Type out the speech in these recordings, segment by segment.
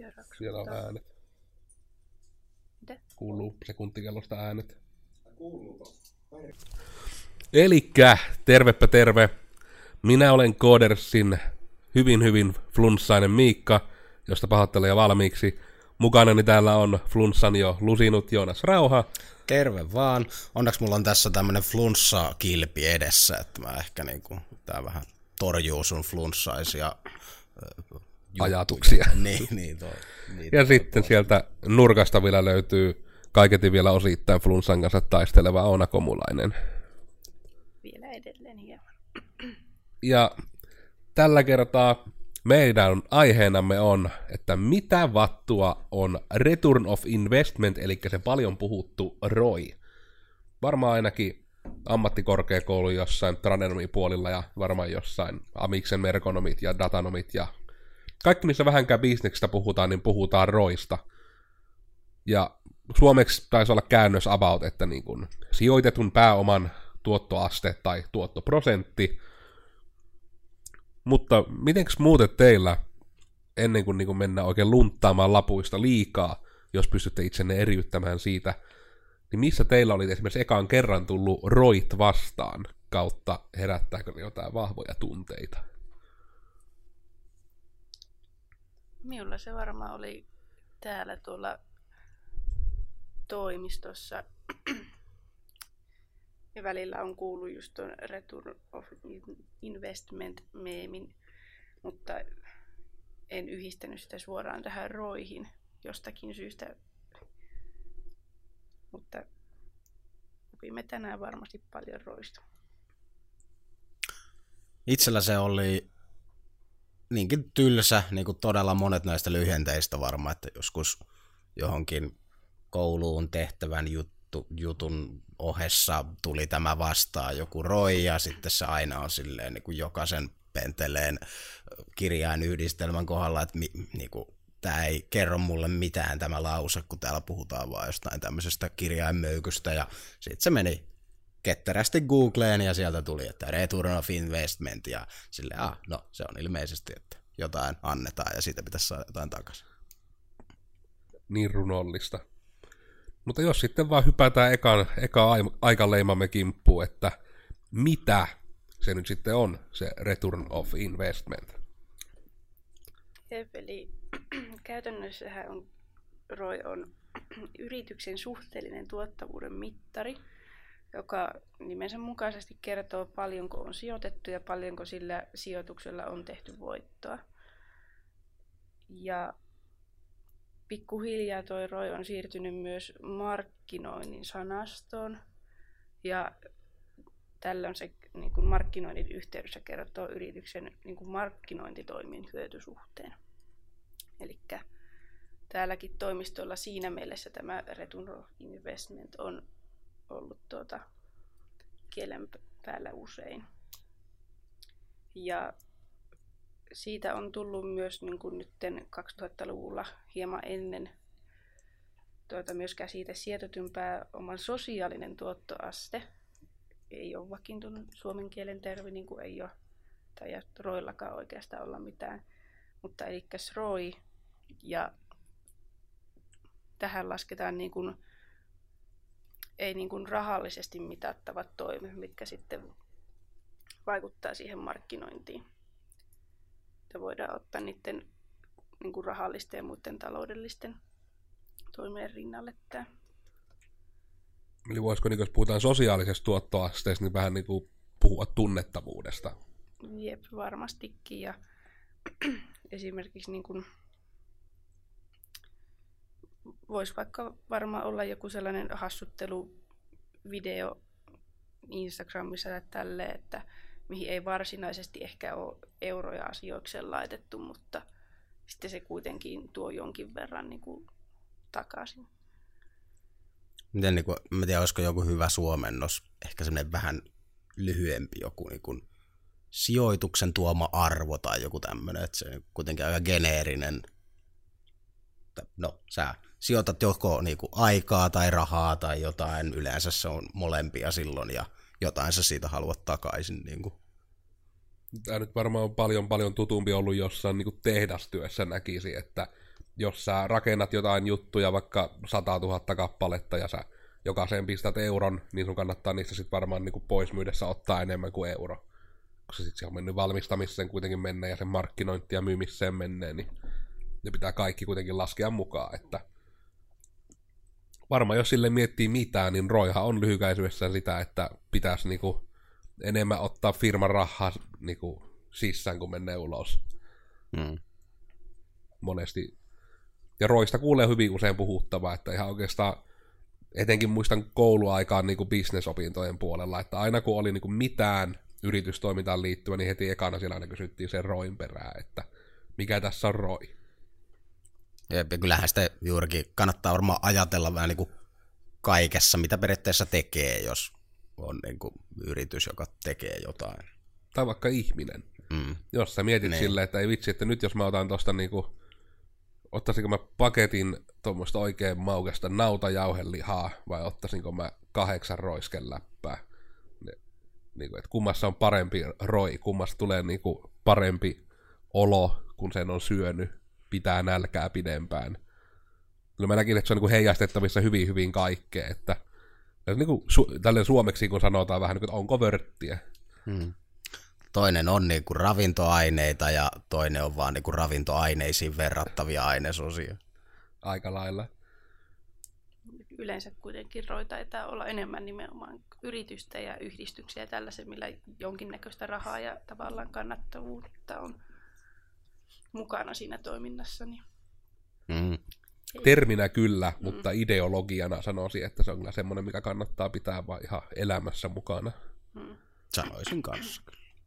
Siellä on äänet. Mitä? Kuuluu sekuntikellosta äänet. Kuuluuko? Elikkä, tervepä terve. Minä olen Codersin hyvin flunssainen Miikka, josta pahoittelen jo valmiiksi. Mukanani täällä on flunssan jo lusinut Joonas Rauha. Terve vaan. Onneksi mulla on tässä tämmönen flunssa-kilpi edessä, että mä ehkä niinku, tää vähän torjuu sun flunssaisia ajatuksia. Niin. Ja sitten sieltä nurkasta vielä löytyy kaiketin vielä osittain flunssan kanssa taisteleva Oona Komulainen. Vielä edelleen hieman. Ja tällä kertaa meidän aiheenamme on, että mitä vattua on Return of Investment, eli se paljon puhuttu ROI. Varmaan ainakin ammattikorkeakoulu jossain tradenomipuolilla ja varmaan jossain amiksen merkonomit ja datanomit ja kaikki, missä vähänkään bisneksestä puhutaan, niin puhutaan ROIsta. Ja suomeksi taisi olla käännös about, että niin kuin sijoitetun pääoman tuottoaste tai tuottoprosentti. Mutta mitenkäs muuten teillä, ennen kuin, mennään oikein lunttaamaan lapuista liikaa, jos pystytte itsenne eriyttämään siitä, niin missä teillä oli esimerkiksi ekaan kerran tullut ROIt vastaan, kautta herättääkö jotain vahvoja tunteita? Minulla se varmaan oli täällä tuolla toimistossa. Ja välillä on kuullut just tuon Return of Investment-meemin, mutta en yhdistänyt sitä suoraan tähän ROIhin jostakin syystä. Mutta opimme tänään varmasti paljon ROIsta. Itsellä se oli niinkin tylsä, niin kuin todella monet näistä lyhenteistä varmaan, että joskus johonkin kouluun tehtävän jutun ohessa tuli tämä vastaan joku ROI, ja sitten se aina on silleen niin kuin jokaisen penteleen kirjainyhdistelmän kohdalla, että niin kuin, tämä ei kerro mulle mitään tämä lause, kun täällä puhutaan vaan jostain tämmöisestä kirjainmöykystä, ja sitten se meni ketterästi Googleen, ja sieltä tuli, että Return of Investment, ja silleen, no se on ilmeisesti, että jotain annetaan, ja siitä pitäisi saada jotain takaisin. Niin runollista. Mutta jos sitten vaan hypätään eka aikaleimamme kimppuun, että mitä se nyt sitten on, se Return of Investment? Eli käytännössähän ROI on yrityksen suhteellinen tuottavuuden mittari, joka nimensä mukaisesti kertoo paljonko on sijoitettu ja paljonko sillä sijoituksella on tehty voittoa. Ja pikkuhiljaa toi ROI on siirtynyt myös markkinoinnin sanastoon, ja tällöin se niin kuin markkinoinnin yhteydessä kertoo yrityksen niin kuin markkinointitoimien hyötysuhteen. Eli täälläkin toimistolla siinä mielessä tämä Return of Investment on ollut kielen päällä usein. Ja siitä on tullut myös niin kuin nytten 2000-luvulla hieman ennen myös käsite sijoitetun pääoman sosiaalinen tuottoaste. Ei ole vakiintunut suomen kielen termi, niin kuin ei ole, tai ROIllakaan oikeastaan olla mitään. Mutta eli ROI, ja tähän lasketaan niin kuin, ei niin kuin rahallisesti mitattavat toimet, mitkä sitten vaikuttaa siihen markkinointiin. Ja voidaan ottaa niiden niin kuin rahallisten ja muiden taloudellisten toimien rinnalle tämä. Eli voisiko, niin jos puhutaan sosiaalisesta tuottoasteesta, niin vähän niin kuin puhua tunnettavuudesta? Jep, varmastikin. Ja esimerkiksi niin kuin voisi vaikka varmaan olla joku sellainen hassutteluvideo Instagramissa tai tälleen, että mihin ei varsinaisesti ehkä ole euroja asioikseen laitettu, mutta sitten se kuitenkin tuo jonkin verran niin kuin takaisin. Miten, niin kuin, mä tiedän, olisiko joku hyvä suomennos, ehkä semmoinen vähän lyhyempi joku niin kuin sijoituksen tuoma arvo tai joku tämmöinen, että se on kuitenkin aika geneerinen. No, sä sijoitat joko niin kuin aikaa tai rahaa tai jotain, yleensä se on molempia silloin, ja jotain sä siitä haluat takaisin. Niin kuin. Tämä nyt varmaan on paljon tutumpi ollut jossain niin kuin tehdastyössä näkisi, että jos sä rakennat jotain juttuja, vaikka 100 000 kappaletta, ja sä jokaiseen pistät euron, niin sun kannattaa niistä sitten varmaan niin kuin pois myydessä ottaa enemmän kuin euro. Koska sitten se on mennyt valmistamiseen kuitenkin mennä ja sen markkinointi ja myymiseen menneen, niin ne pitää kaikki kuitenkin laskea mukaan, että varmaan jos sille miettii mitään, niin Roihan on lyhykäisyydessään sitä, että pitäisi niinku enemmän ottaa firman rahaa niinku sisään, kun menee ulos. Monesti. Ja Roista kuulee hyvin usein puhuttavaa, että ihan oikeastaan, etenkin muistan kouluaikaan niinku business-opintojen puolella, että aina kun oli niinku mitään yritystoimintaan liittyvä, niin heti ekana siellä aina kysyttiin sen Roin perään, että mikä tässä on Roi. Ja kyllähän sitä juurikin kannattaa varmaan ajatella vähän niin kuin kaikessa, mitä periaatteessa tekee, jos on niin kuin yritys, joka tekee jotain. Tai vaikka ihminen. Jos sä mietit silleen, että ei vitsi, että nyt jos mä otan tosta niinku, ottaisinko mä paketin tuommoista oikein maukasta nautajauhelihaa, vai ottaisinko mä 8 roiskeläppää. Niinku, että kummassa on parempi roi, kummassa tulee niinku parempi olo, kun sen on syönyt, pitää nälkää pidempään. Kyllä mä näkin, että se on niinku heijastettavissa hyvin kaikkea, että niinku, tälleen suomeksi kun sanotaan vähän, että onko vörttiä. Toinen on niinku ravintoaineita ja toinen on vaan niinku ravintoaineisiin verrattavia ainesosia. Aika lailla. Yleensä kuitenkin Roi taitaa olla enemmän nimenomaan yritystä ja yhdistyksiä tällaisen, millä jonkinnäköistä rahaa ja tavallaan kannattavuutta on mukana siinä toiminnassa. Terminä kyllä, mutta ideologiana sanoisin, että se on kyllä semmoinen, mikä kannattaa pitää vaan ihan elämässä mukana. Sanoisin kanssa.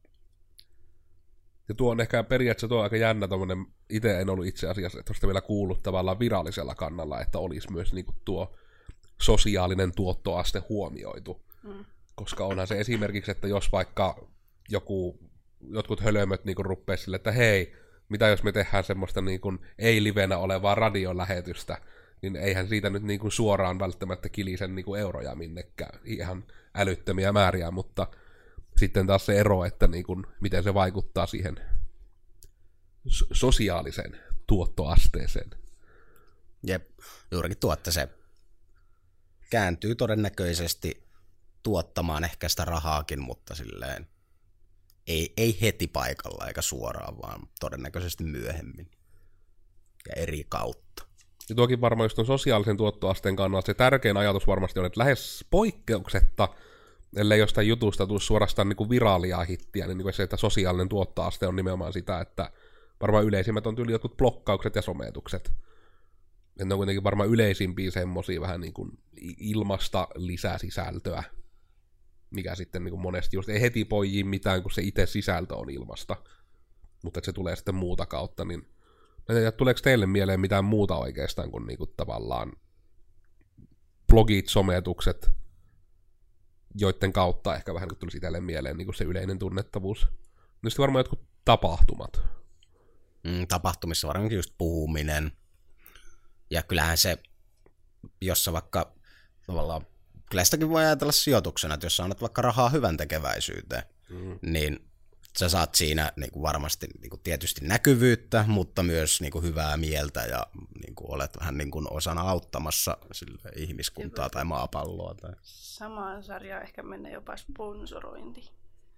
Ja tuo on ehkä periaatteessa tuo aika jännä tommonen, itse en ollut itse asiassa tuosta vielä kuullut tavallaan virallisella kannalla, että olisi myös niinku tuo sosiaalinen tuottoaste huomioitu. Koska onhan se esimerkiksi, että jos vaikka jotkut hölömöt niinku rupeaa sille, että hei, mitä jos me tehdään semmoista niinku ei-livenä olevaa radiolähetystä, niin eihän siitä nyt niinku suoraan välttämättä kilisen niinku euroja minnekään, ihan älyttömiä määriä, mutta sitten taas se ero, että niinku, miten se vaikuttaa siihen sosiaaliseen tuottoasteeseen. Jep, juurikin tuo, että se kääntyy todennäköisesti tuottamaan ehkä sitä rahaakin, mutta silleen ei heti paikalla eikä suoraan, vaan todennäköisesti myöhemmin ja eri kautta. Ja tuokin varmaan just on sosiaalisen tuottoasteen kannalta se tärkein ajatus varmasti on, että lähes poikkeuksetta, ellei jostain jutusta tule suorastaan niin kuin viraalia hittiä, niin se, että sosiaalinen tuottoaste on nimenomaan sitä, että varmaan yleisimmät on tyyli jotkut blokkaukset ja sometukset. Ja ne on kuitenkin varmaan yleisimpiä semmosia vähän niin kuin ilmasta lisäsisältöä, mikä sitten niin kuin monesti just ei heti poijii mitään, kun se itse sisältö on ilmasta, mutta että se tulee sitten muuta kautta, niin tuleeko teille mieleen mitään muuta oikeastaan kuin niinku tavallaan blogit, sometukset, joiden kautta ehkä vähän tulisi itselleen mieleen niinku se yleinen tunnettavuus. No sitten varmaan jotkut tapahtumat. Tapahtumissa varmaankin just puhuminen. Ja kyllähän se, jossa vaikka tavallaan, kyllä sitäkin voi ajatella sijoituksena, että jos sä annat vaikka rahaa hyvän tekeväisyyteen, niin sä saat siinä niin kuin varmasti niin kuin tietysti näkyvyyttä, mutta myös niin kuin hyvää mieltä ja niin kuin olet vähän niin kuin osana auttamassa sille ihmiskuntaa tai maapalloa. Tai samaan sarjaan ehkä mennä jopa sponsorointi.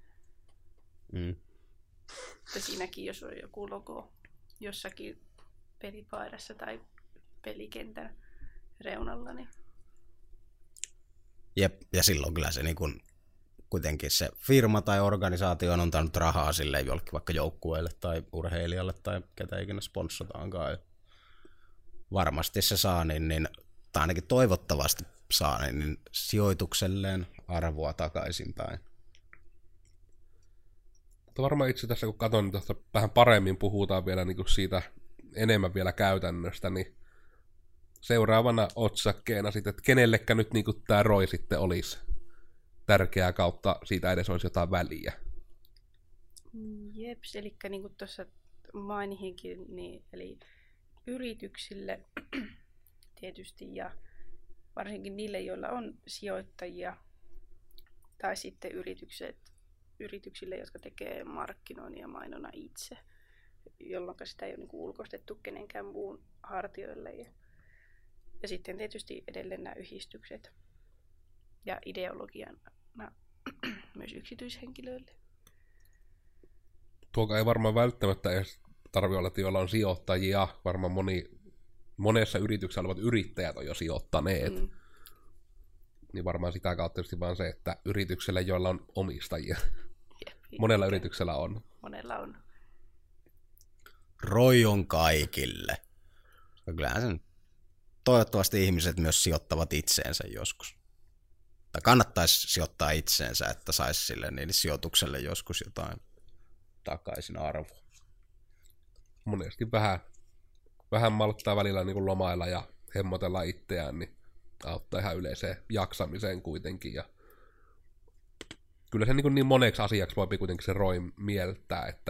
Että siinäkin, jos on joku logo jossakin pelipaidassa tai pelikentän reunalla, niin jep, ja silloin kyllä se niin kuin kuitenkin se firma tai organisaatio on antanut rahaa sille jollekin vaikka joukkueelle tai urheilijalle tai ketä ikinä sponssotaankaan. Ja varmasti se saa, niin tai ainakin toivottavasti saa, niin sijoitukselleen arvoa takaisinpäin. Mutta varmaan itse tässä, kun katson, niin tuosta vähän paremmin puhutaan vielä niin kuin siitä enemmän vielä käytännöstä, niin seuraavana otsakkeena sitten, että kenellekä nyt niin kuin tämä ROI sitten olisi tärkeää kautta siitä edes olisi jotain väliä. Jeps, eli niin kuin tuossa mainihinkin, niin, eli yrityksille tietysti ja varsinkin niille, joilla on sijoittajia tai sitten yrityksille, jotka tekee markkinoinnin ja mainonnan itse. jolloin sitä ei ole niin kuin ulkoistettu kenenkään muun hartioille. Ja sitten tietysti edelleen nämä yhdistykset ja ideologiana myös yksityishenkilöille. Tuoka ei varmaan välttämättä edes tarvitse olla, että joilla on sijoittajia. Varmaan monessa yrityksessä olevat yrittäjät on jo sijoittaneet. Niin varmaan sitä kautta tietysti vaan se, että yrityksellä, joilla on omistajia. Monella yrityksellä on. Monella on. ROI on kaikille. Kyllähän sen toivottavasti ihmiset myös sijoittavat itseensä joskus. Tai kannattaisi sijoittaa itseensä, että saisi sille niin sijoitukselle joskus jotain takaisin arvoa. Monesti vähän malttaa välillä niin kuin lomailla ja hemmotella itseään, niin auttaa ihan yleiseen jaksamiseen kuitenkin. Ja kyllä se niin moneksi asiaksi voi kuitenkin se ROI mieltää, että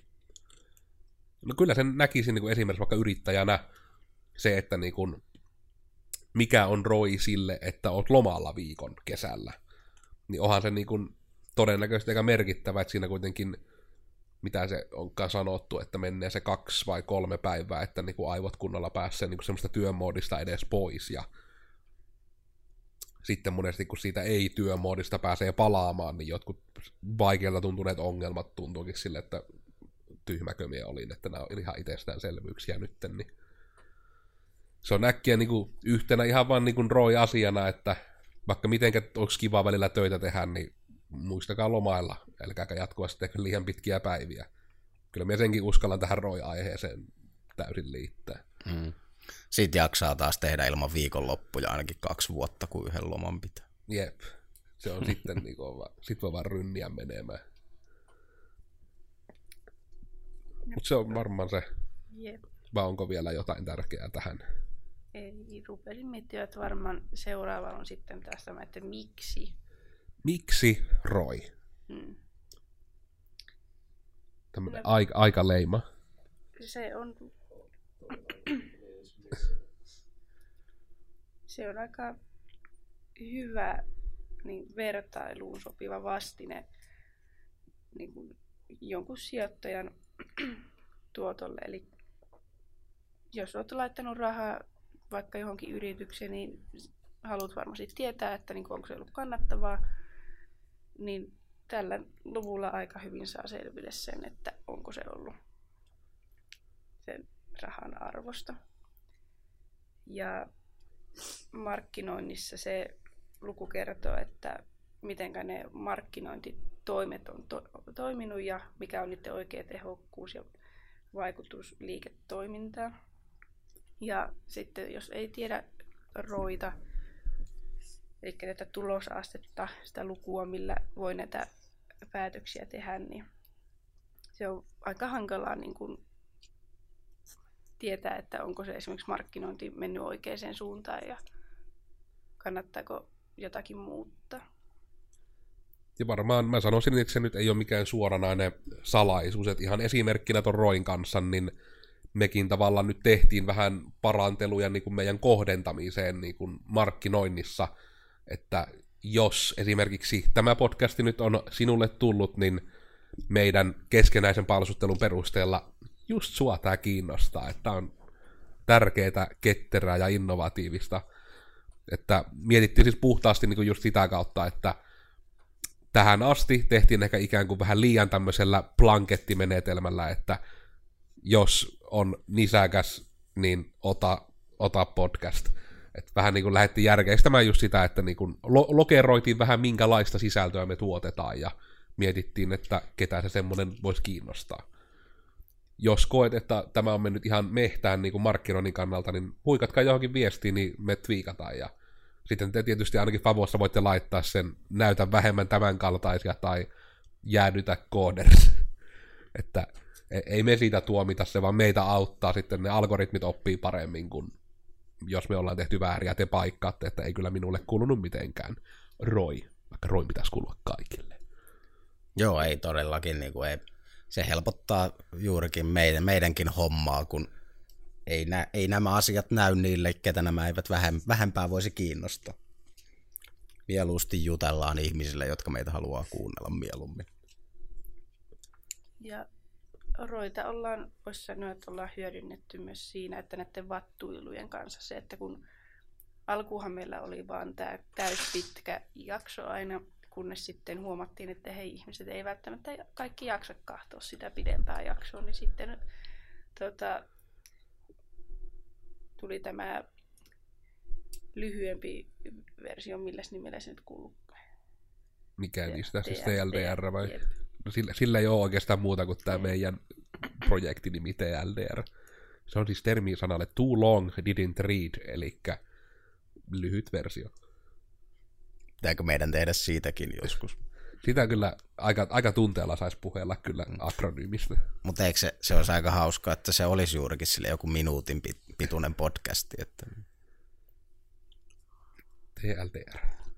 no kyllä sen näkisin niin kuin esimerkiksi vaikka yrittäjänä se, että niin kuin mikä on ROI sille, että oot lomalla viikon kesällä. Niin onhan se niin kuin todennäköisesti aika merkittävä, että siinä kuitenkin, mitä se onkaan sanottu, että menee se 2 vai 3 päivää, että niin kuin aivot kunnolla pääsee niin kuin semmoista työmoodista edes pois. Ja sitten monesti, kun siitä ei-työmoodista pääsee palaamaan, niin jotkut vaikeilta tuntuneet ongelmat tuntuukin sille, että tyhmäkö minä olin, että nämä on ihan itsestäänselvyyksiä nytten, niin se on äkkiä niin kuin yhtenä ihan vaan niin kuin ROI-asiana, että vaikka mitenkä olisi kiva välillä töitä tehdä, niin muistakaa lomailla, älkääkä jatkuvasti tehdä liian pitkiä päiviä. Kyllä minä senkin uskallan tähän ROI-aiheeseen täysin liittää. Sitten jaksaa taas tehdä ilman viikonloppuja ainakin 2 vuotta, kun yhden loman pitää. Jep, se on sitten niin sit voi vaan rynniä menemään. Mutta se on varmaan se. Jep. Vai onko vielä jotain tärkeää tähän? Ei, rupesin miettimään, että varmaan seuraava on sitten taas tämä, että miksi. Miksi ROI? Tämmöinen aika leima. Se on se on aika hyvä niin vertailuun sopiva vastine niin kuin jonkun sijoittajan tuotolle. Eli jos olet laittanut rahaa vaikka johonkin yritykseen, niin haluat varmasti tietää, että niin onko se ollut kannattavaa, niin tällä luvulla aika hyvin saa selville sen, että onko se ollut sen rahan arvosta. Ja markkinoinnissa se luku kertoo, että mitenkä ne markkinointitoimet on toiminut ja mikä on niiden oikea tehokkuus ja vaikutus liiketoimintaan. Ja sitten jos ei tiedä ROIta, eli tätä tulosastetta, sitä lukua, millä voi näitä päätöksiä tehdä, niin se on aika hankalaa niin kuin tietää, että onko se esimerkiksi markkinointi mennyt oikeaan suuntaan ja kannattaako jotakin muuttaa. Ja varmaan mä sanoisin, että se nyt ei ole mikään suoranainen salaisuus, että ihan esimerkkinä ton ROIn kanssa, niin mekin tavallaan nyt tehtiin vähän paranteluja niin kuin meidän kohdentamiseen niin kuin markkinoinnissa, että jos esimerkiksi tämä podcasti nyt on sinulle tullut, niin meidän keskenäisen palsuttelun perusteella just sua tämä kiinnostaa, että on tärkeää, ketterää ja innovatiivista. Että mietittiin siis puhtaasti niin kuin just sitä kautta, että tähän asti tehtiin ehkä ikään kuin vähän liian tämmöisellä blankettimenetelmällä, että jos on nisäkäs, niin ota podcast. Että vähän niin kuin lähdettiin järkeistämään just sitä, että niin kuin lokeroitiin vähän minkälaista sisältöä me tuotetaan ja mietittiin, että ketä se semmoinen voisi kiinnostaa. Jos koet, että tämä on mennyt ihan mehtään niin kuin markkinoinnin kannalta, niin huikatkaa johonkin viestiin, niin me twiikataan. Ja sitten te tietysti ainakin Favossa voitte laittaa sen näytä vähemmän tämän kaltaisia tai jäädytä kooders. Että ei me siitä tuomita se, vaan meitä auttaa sitten ne algoritmit oppii paremmin, kuin jos me ollaan tehty vääriä, te paikkaatte, että ei kyllä minulle kuulunut mitenkään ROI, vaikka ROI pitäisi kuulua kaikille. Joo, ei todellakin. Niin kuin ei. Se helpottaa juurikin meidänkin hommaa, kun ei nämä asiat näy niille, ketä nämä eivät vähempää voisi kiinnostaa. Mieluusti jutellaan ihmisille, jotka meitä haluaa kuunnella mieluummin. Ja Roita voisi sanoa, että ollaan hyödynnetty myös siinä, että näiden vattuilujen kanssa se, että kun alkuunhan meillä oli vaan tämä täyspitkä jakso aina, kunnes sitten huomattiin, että hei, ihmiset ei välttämättä kaikki jaksa katsoa sitä pidempää jaksoa, niin sitten tuli tämä lyhyempi versio, milläs nimellä se nyt kuuluu? Mikä niistä, siis TLDR vai? Jep. No sillä ei ole oikeastaan muuta kuin tämä meidän projektinimi TLDR. Se on siis termi sanalle too long didn't read, eli lyhyt versio. Pitääkö meidän tehdä siitäkin joskus? Sitä kyllä aika tunteella saisi puheella kyllä akronyymistä. Mutta eikö se olisi aika hauskaa, että se olisi juurikin sille joku minuutin pituinen podcasti? Että... TLDR.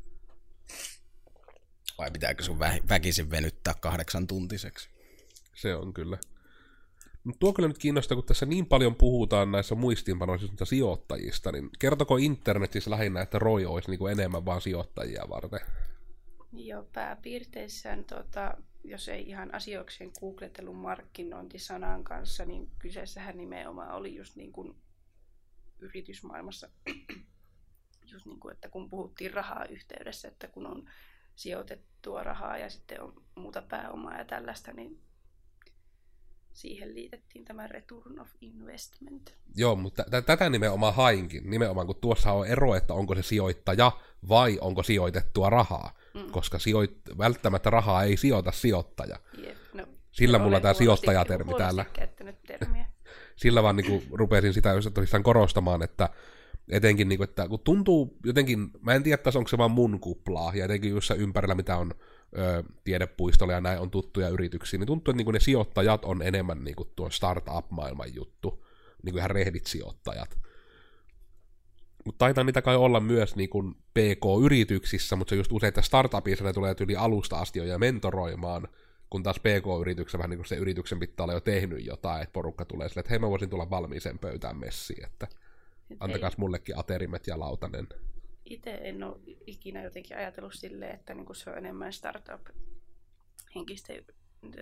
Vai pitääkö sun väkisin venyttää 8-tuntiseksi? Se on kyllä. Mutta tuo kyllä nyt kiinnostaa, kun tässä niin paljon puhutaan näissä muistiinpanoisista sijoittajista, niin kertoko internetissä lähinnä, että ROI olisi niinku enemmän vaan sijoittajia varten? Joo, pääpiirteissään, jos ei ihan asioikseen googletellut markkinointisanan kanssa, niin kyseessähän nimenomaan oli just niin kuin yritysmaailmassa, just niin kuin, että kun puhuttiin rahaa yhteydessä, että kun on sijoitettua rahaa ja sitten on muuta pääomaa ja tällaista, niin siihen liitettiin tämä return of investment. Joo, mutta tätä nimenomaan hainkin. Nimenomaan kun tuossa on ero, että onko se sijoittaja vai onko sijoitettua rahaa. Koska välttämättä rahaa ei sijoita sijoittaja. Jep, no, sillä mulla tämä sijoittajatermi täällä. Sillä vaan niin rupesin sitä tosissaan korostamaan, että etenkin, niin kuin, että kun tuntuu jotenkin, mä en tiedä, että onko se vaan mun kuplaa, ja etenkin just ympärillä, mitä on tiedepuistolla ja näin on tuttuja yrityksiä, niin tuntuu, että niin kuin ne sijoittajat on enemmän niin kuin tuo startup-maailman juttu, niin kuin ihan rehdit sijoittajat. Mutta taitaa niitä kai olla myös niin kuin PK-yrityksissä, mutta se just usein, että startupissa ne tulee yli alusta asti jo ja mentoroimaan, kun taas PK-yrityksessä vähän niin kuin se yrityksen pitää olla jo tehnyt jotain, että porukka tulee sille, että hei mä voisin tulla valmiiseen pöytään messiin, että antakaas mullekin aterimet ja lautanen. Itse en ole ikinä jotenkin ajatellut silleen, että niinku se on enemmän startup-henkisten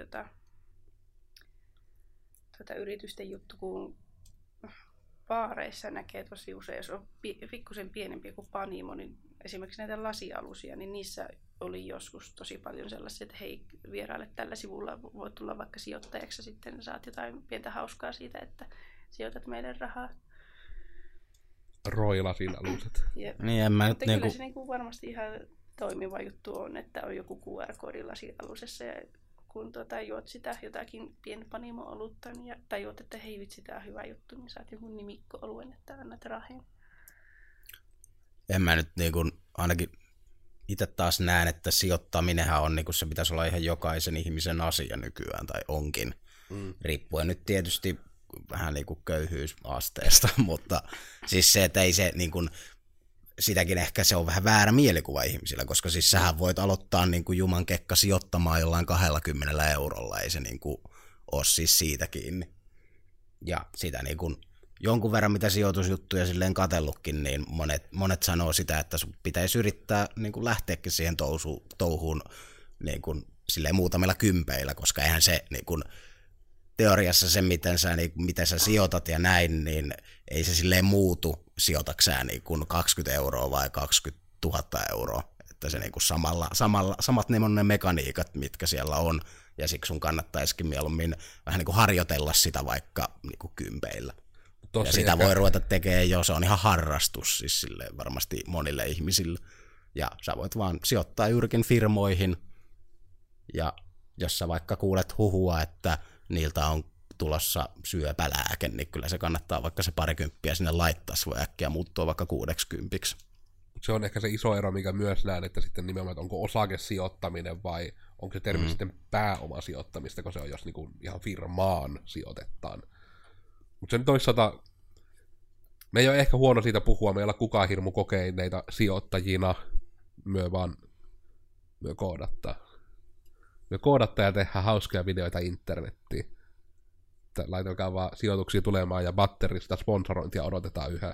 yritysten juttu, kun baareissa näkee tosi usein, jos on pikkusen pienempi kuin Panimo, niin esimerkiksi näitä lasialusia, niin niissä oli joskus tosi paljon sellaisia, että hei, vieraille tällä sivulla voi tulla vaikka sijoittajaksi ja sitten saat jotain pientä hauskaa siitä, että sijoitat meidän rahaa. ROI-lasin aluset. Niin, mutta kyllä se niinku varmasti ihan toimiva juttu on, että on joku QR-koodi lasialusessa ja kun juot sitä jotakin pienpanimo-olutta tai juot, että hei vitsi, tää on hyvä juttu, niin saat jonkun nimikko-oluen, että annat rahin. En mä nyt ainakin itse taas näen, että sijoittaminenhan on, se pitäisi olla ihan jokaisen ihmisen asia nykyään, tai onkin. Riippuen nyt tietysti vähän köyhyysasteesta, mutta siis se, että ei se sitäkin ehkä se on vähän väärä mielikuva ihmisillä, koska siis sähän voit aloittaa juman kekka sijoittamaan jollain 20 eurolla, ei se ole siis siitä kiinni. Ja sitä jonkun verran mitä sijoitusjuttuja silleen katellutkin, niin monet sanoo sitä, että sun pitäisi yrittää lähteäkin siihen touhuun silleen muutamilla kympeillä, koska eihän se teoriassa se, miten sä sijoitat ja näin, niin ei se silleen muutu, sijoitaksää 20 euroa vai 20 000 euroa. Että se samat ne mekaniikat, mitkä siellä on, ja siksi sun kannattaisikin mieluummin vähän harjoitella sitä vaikka kympeillä. Ja sitä voi ruveta tekemään jo, se on ihan harrastus siis silleen varmasti monille ihmisille. Ja sä voit vaan sijoittaa juurikin firmoihin, ja jos sä vaikka kuulet huhua, että niiltä on tulossa syöpälääke, niin kyllä se kannattaa vaikka se 20 sinne laittaa, se voi äkkiä muuttua vaikka 60. Se on ehkä se iso ero, mikä myös näen, että sitten nimenomaan, että onko osakesijoittaminen vai onko se termi sitten pääomasijoittamista, kun se on jos ihan firmaan sijoitetaan. Mutta sen toisaalta, me ei ole ehkä huono siitä puhua, me ei olla kukaan hirmu kokeineita sijoittajina, me koodattaa. Me koodattaa ja tehdään hauskoja videoita internettiin. Laitakaa vaan sijoituksia tulemaan ja batterista sponsorointia odotetaan yhä.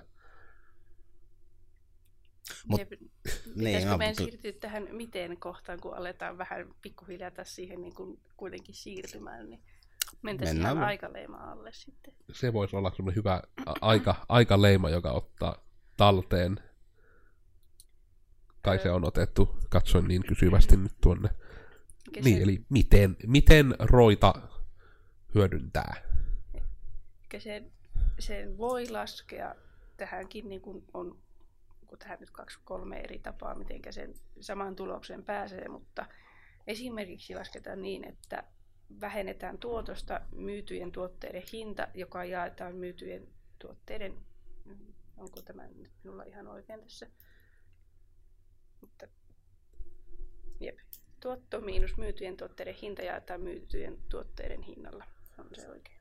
Pitäisikö meidän siirtyä tähän miten kohtaan, kun aletaan vähän pikkuhiljaa siihen kuitenkin siirtymään? Niin Mentäisiin ihan aikaleima alle sitten. Se voisi olla semmoinen hyvä aikaleima, joka ottaa talteen. Tai se on otettu, katsoin niin kysyvästi nyt tuonne. Niin, eli miten roita hyödyntää? Sen voi laskea tähänkin, niin kuin on tähän nyt 2-3 eri tapaa, miten sen samaan tulokseen pääsee, mutta esimerkiksi lasketaan niin, että vähennetään tuotosta myytyjen tuotteiden hinta, joka jaetaan myytyjen tuotteiden, onko tämä nyt minulla ihan oikein tässä, mutta jep. Tuotto miinus myytyjen tuotteiden hinta jaetaan myytyjen tuotteiden hinnalla, on se oikein.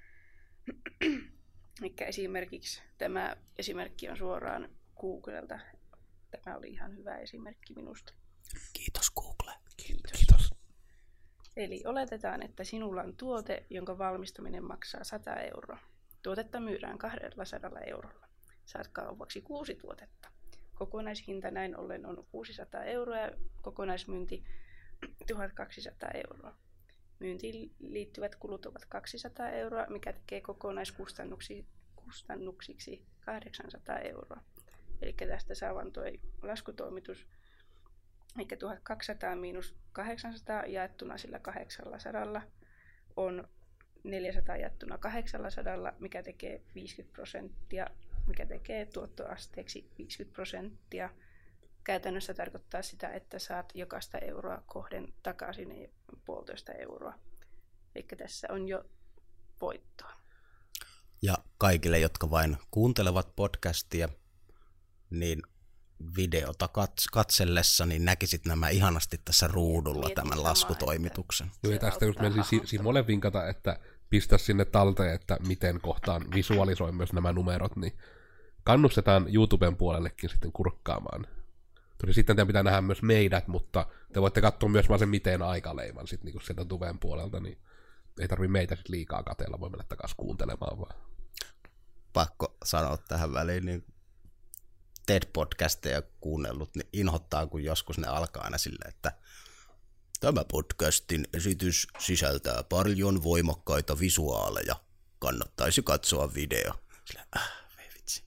Mikä esimerkiksi tämä esimerkki on suoraan Googlelta. Tämä oli ihan hyvä esimerkki minusta. Kiitos Google. Kiitos. Eli oletetaan, että sinulla on tuote, jonka valmistaminen maksaa 100 euroa. Tuotetta myydään 200 eurolla. Saat kaupaksi 6 tuotetta. Kokonaishinta näin ollen on 600 euroa ja kokonaismyynti 1200 euroa. Myyntiin liittyvät kulut ovat 200 euroa, mikä tekee kokonaiskustannuksiksi 800 euroa. Eli tästä saavan tuo laskutoimitus, eli 1200 miinus 800 jaettuna sillä 800 on 400 jaettuna 800, mikä tekee 50%, mikä tekee tuottoasteeksi 50%. Käytännössä tarkoittaa sitä, että saat jokaista euroa kohden takaisin 1,5 euroa. Eli tässä on jo voittoa. Ja kaikille, jotka vain kuuntelevat podcastia, niin videota katsellessa, niin näkisit nämä ihanasti tässä ruudulla tämän laskutoimituksen. Joo, ja tästä just meillä Simolle vinkata, että pistä sinne talteen, että miten kohtaan visualisoi myös nämä numerot, niin kannustetaan YouTuben puolellekin sitten kurkkaamaan. Tosi sitten teidän pitää nähdä myös meidät, mutta te voitte katsoa myös vaan sen miten aikaleiman sitten niin sieltä tuven puolelta, niin ei tarvitse meitä sitten liikaa kateella, voi mennä takaisin kuuntelemaan vaan. Pakko sanoa tähän väliin, niin TED-podcasteja kuunnellut, niin inhottaa, kun joskus ne alkaa aina silleen, että tämä podcastin esitys sisältää paljon voimakkaita visuaaleja. Kannattaisi katsoa video. Silleen, ei vitsi.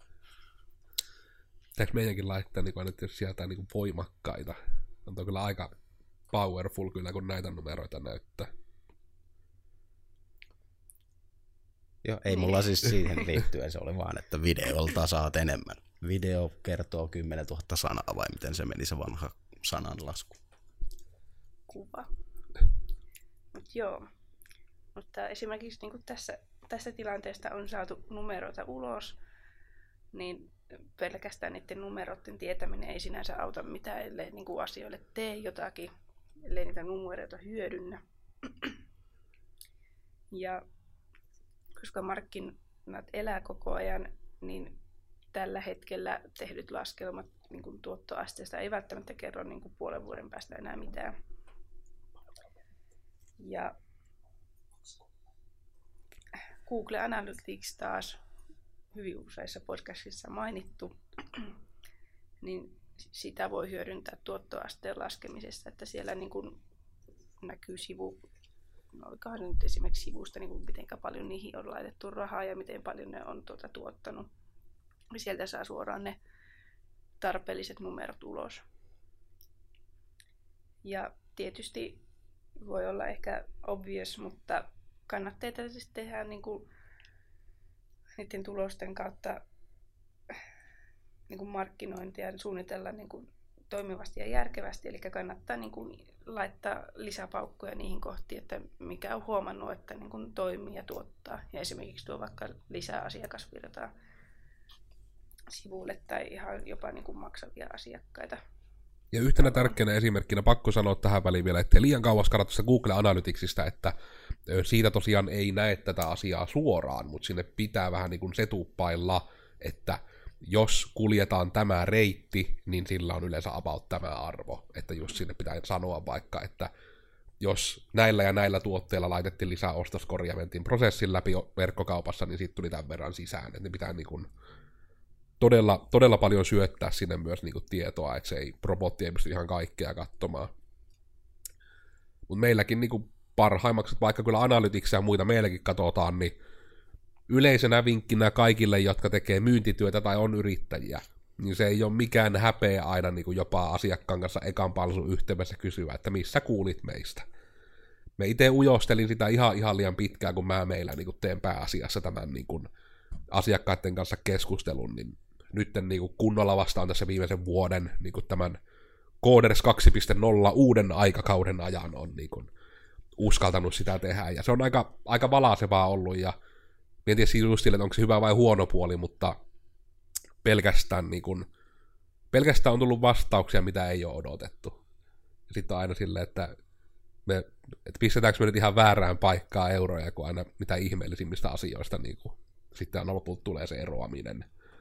Pitääkö meidänkin laittaa, niin kun, että jos sieltä niin voimakkaita? On kyllä aika powerful kyllä, kun näitä numeroita näyttää. Joo, ei mulla siis siihen liittyen, se oli vaan, että videolta saat enemmän. Video kertoo 10 000 sanaa, vai miten se meni se vanha sananlasku? Kuva. Joo. Mutta esimerkiksi niin tässä tilanteesta on saatu numeroita ulos, niin pelkästään niiden numeroiden tietäminen ei sinänsä auta mitään, ellei niin kuin asioille tee jotakin, ellei niitä numeroita hyödynnä. Ja koska markkinat elää koko ajan, niin tällä hetkellä tehdyt laskelmat niin kuin tuottoasteesta ei välttämättä kerro niin kuin puolen vuoden päästä enää mitään. Ja Google Analytics taas hyvin useissa podcastissa mainittu, niin sitä voi hyödyntää tuottoasteen laskemisessa, että siellä niin kuin näkyy olikohan nyt esimerkiksi sivusta, niin miten paljon niihin on laitettu rahaa ja miten paljon ne on tuottanut. Ja sieltä saa suoraan ne tarpeelliset numerot ulos. Ja tietysti voi olla ehkä obvious, mutta kannattaa tietysti tehdä niin kuin niiden tulosten kautta niin kuin markkinointia ja suunnitella niin kuin toimivasti ja järkevästi, eli kannattaa niin kuin laittaa lisäpaukkuja niihin kohtiin, että mikä on huomannut, että niin kuin toimii ja tuottaa. Ja esimerkiksi tuo vaikka lisää asiakasvirtaa sivuille tai ihan jopa niin kuin maksavia asiakkaita. Ja yhtenä tärkeänä esimerkkinä pakko sanoa tähän väliin vielä, ettei liian kauas katsota Google Analyticsista, että siitä tosiaan ei näe tätä asiaa suoraan, mutta sinne pitää vähän niin kuin setuppailla, että jos kuljetaan tämä reitti, niin sillä on yleensä about tämä arvo. Että just sinne pitää sanoa vaikka, että jos näillä ja näillä tuotteilla laitettiin lisää ostoskoria ja mentiin prosessin läpi verkkokaupassa, niin siitä tuli tämän verran sisään. Että ne pitää niin kuin todella paljon syöttää sinne myös niin kuin tietoa, että se ei, robotti ei pysty ihan kaikkea katsomaan. Mutta meilläkin niin kuin parhaimmaksi, vaikka kyllä Analyticsia ja muita meilläkin katsotaan, niin yleisenä vinkkinä kaikille, jotka tekee myyntityötä tai on yrittäjiä, niin se ei ole mikään häpeä aina niin kuin jopa asiakkaan kanssa ekan palvelun yhteydessä kysyä, että missä kuulit meistä. Me itse ujostelin sitä ihan liian pitkään, kun mä meillä niin kuin teen pääasiassa tämän niin kuin asiakkaiden kanssa keskustelun, niin nyt niin kuin kunnolla vastaan tässä viimeisen vuoden niin kuin tämän Coders 2.0 uuden aikakauden ajan on niin kuin uskaltanut sitä tehdä, ja se on aika valaisevaa ollut, ja en tiedä just sille, että onko se hyvä vai huono puoli, mutta pelkästään on tullut vastauksia, mitä ei ole odotettu. Ja sitten on aina silleen, että pistetäänkö me nyt ihan väärään paikkaan euroja, kun aina mitä ihmeellisimmistä asioista niin kuin, sitten aina lopulta tulee se eroaminen.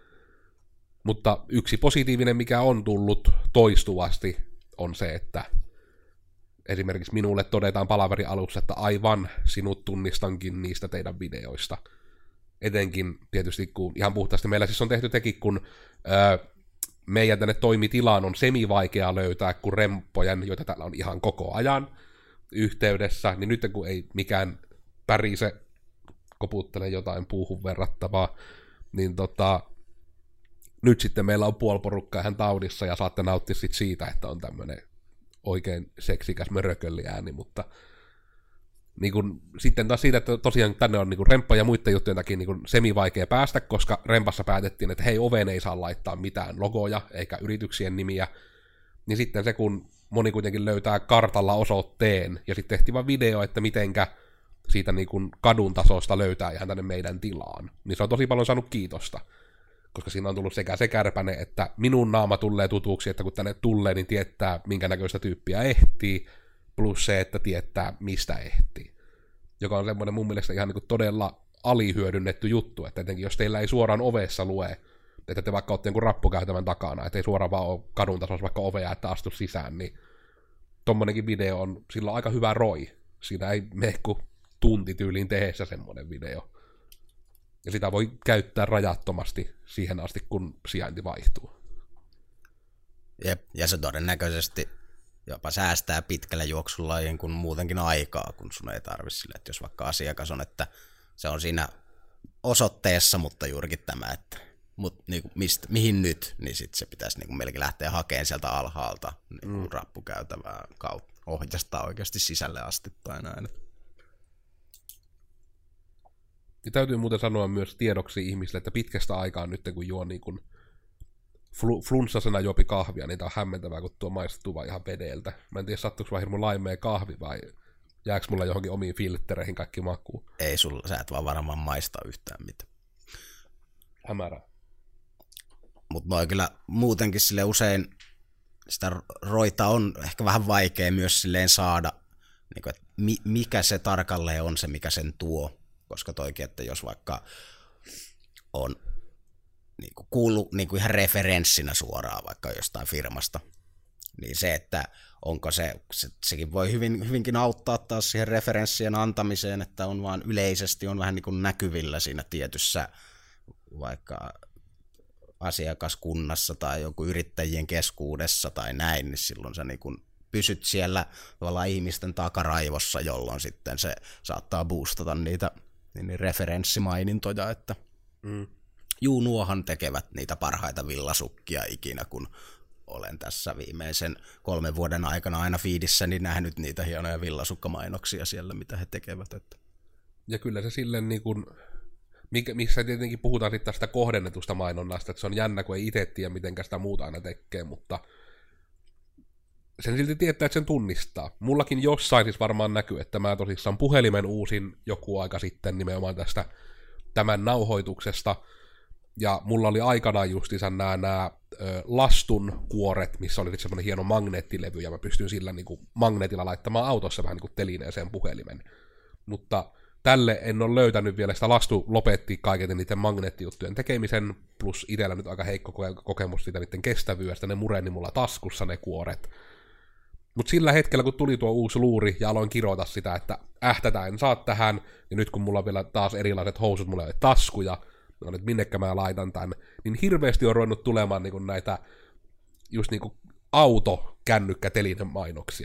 Mutta yksi positiivinen, mikä on tullut toistuvasti, on se, että esimerkiksi minulle todetaan palaverin alussa, että aivan sinut tunnistankin niistä teidän videoista. Etenkin tietysti, kun ihan puhtaasti meillä siis on tehty tekin, kun meidän tänne toimitilaan on semi-vaikea löytää, kun remppojen, joita täällä on ihan koko ajan yhteydessä, niin nyt kun ei mikään pärise koputtele jotain puuhun verrattavaa, niin nyt sitten meillä on puoli porukkaa ihan taudissa, ja saatte nauttia sit siitä, että on tämmöinen oikein seksikäs mörökölliääni, mutta niin kun, sitten taas siitä, että tosiaan tänne on niin remppa ja muiden juttujen takia niin semi-vaikea päästä, koska rempassa päätettiin, että hei, oveen ei saa laittaa mitään logoja eikä yrityksien nimiä, niin sitten se, kun moni kuitenkin löytää kartalla osoitteen, ja sitten tehtiin vaan video, että mitenkä siitä niin kuin kadun tasosta löytää ihan tänne meidän tilaan, niin se on tosi paljon saanut kiitosta, koska siinä on tullut sekä se kärpäne, että minun naama tulee tutuksi, että kun tänne tulee, niin tietää, minkä näköistä tyyppiä ehtii, plus se, että tietää, mistä ehtii. Joka on semmoinen mun mielestä ihan niin kuin todella alihyödynnetty juttu, että etenkin jos teillä ei suoraan ovessa lue, että te vaikka olette jonkun rappukäytävän takana, että ei suoraan vaan ole kadun tasossa vaikka ovea, että astu sisään, niin tommonenkin video on sillä aika hyvä roi. Siinä ei mene kuin tuntityyliin tehdessä semmoinen video. Ja sitä voi käyttää rajattomasti siihen asti, kun sijainti vaihtuu. Jep, ja se todennäköisesti jopa säästää pitkällä juoksulla kuin muutenkin aikaa, kun sun ei tarvitse sille, että jos vaikka asiakas on, että se on siinä osoitteessa, mutta juurikin tämä, että niinku, mihin nyt, niin sitten se pitäisi niinku melkein lähteä hakemaan sieltä alhaalta niinku rappukäytävää kautta ohjastaa oikeasti sisälle asti tai näin. Ja täytyy muuten sanoa myös tiedoksi ihmisille, että pitkästä aikaa nyt, kun juo niin kuin flunssasena juopi kahvia, niin tää on hämmentävää, kun tuo maistuu vaan ihan vedeltä. Mä en tiedä, sattuuko vaan hirmu laimea kahvi vai jääkö mulla johonkin omiin filttereihin kaikki makuun. Ei sulla, sä et vaan varmaan maista yhtään mitään. Hämärää. Mutta noi kyllä muutenkin sille usein sitä roita on ehkä vähän vaikea myös silleen saada, niin että mikä se tarkalleen on se, mikä sen tuo. Koska toikin, että jos vaikka on niinku kuullut niinku ihan referenssinä suoraan vaikka jostain firmasta, niin se, että onko sekin voi hyvinkin auttaa taas siihen referenssien antamiseen, että on vaan yleisesti on vähän niin kuin näkyvillä siinä tietyssä vaikka asiakaskunnassa tai joku yrittäjien keskuudessa tai näin, niin silloin sä niin kuin pysyt siellä ihmisten takaraivossa, jolloin sitten se saattaa boostata niitä niin referenssimainintoja, että nuohan tekevät niitä parhaita villasukkia ikinä, kun olen tässä viimeisen 3 vuoden aikana aina feedissäni nähnyt niitä hienoja villasukkamainoksia siellä, mitä he tekevät. Että. Ja kyllä se silleen, niin kuin, missä tietenkin puhutaan sitten tästä kohdennetusta mainonnasta, että se on jännä, kun ei itse tiedä, miten sitä muuta aina tekee, mutta sen silti tietää, että sen tunnistaa. Mullakin jossain siis varmaan näkyy, että mä tosissaan puhelimen uusin joku aika sitten nimenomaan tästä tämän nauhoituksesta, ja mulla oli aikanaan justiinsa nämä lastun kuoret, missä oli semmoinen hieno magneettilevy, ja mä pystyn sillä niin kuin magneetilla laittamaan autossa vähän niin kuin telineeseen puhelimen. Mutta tälle en ole löytänyt vielä, sitä lastu lopetti kaiken niiden magneettijuttujen tekemisen, plus itsellä nyt aika heikko kokemus siitä niiden kestävyydestä, ne mureni mulla taskussa ne kuoret. Mutta sillä hetkellä, kun tuli tuo uusi luuri ja aloin kirjoita sitä, että tätä en saa tähän, niin nyt kun mulla on vielä taas erilaiset housut, mulla ei ole taskuja, no nyt minnekä mä laitan tän, niin hirveästi on ruvennut tulemaan niin näitä just niin autokännykkätelinen mainoksia.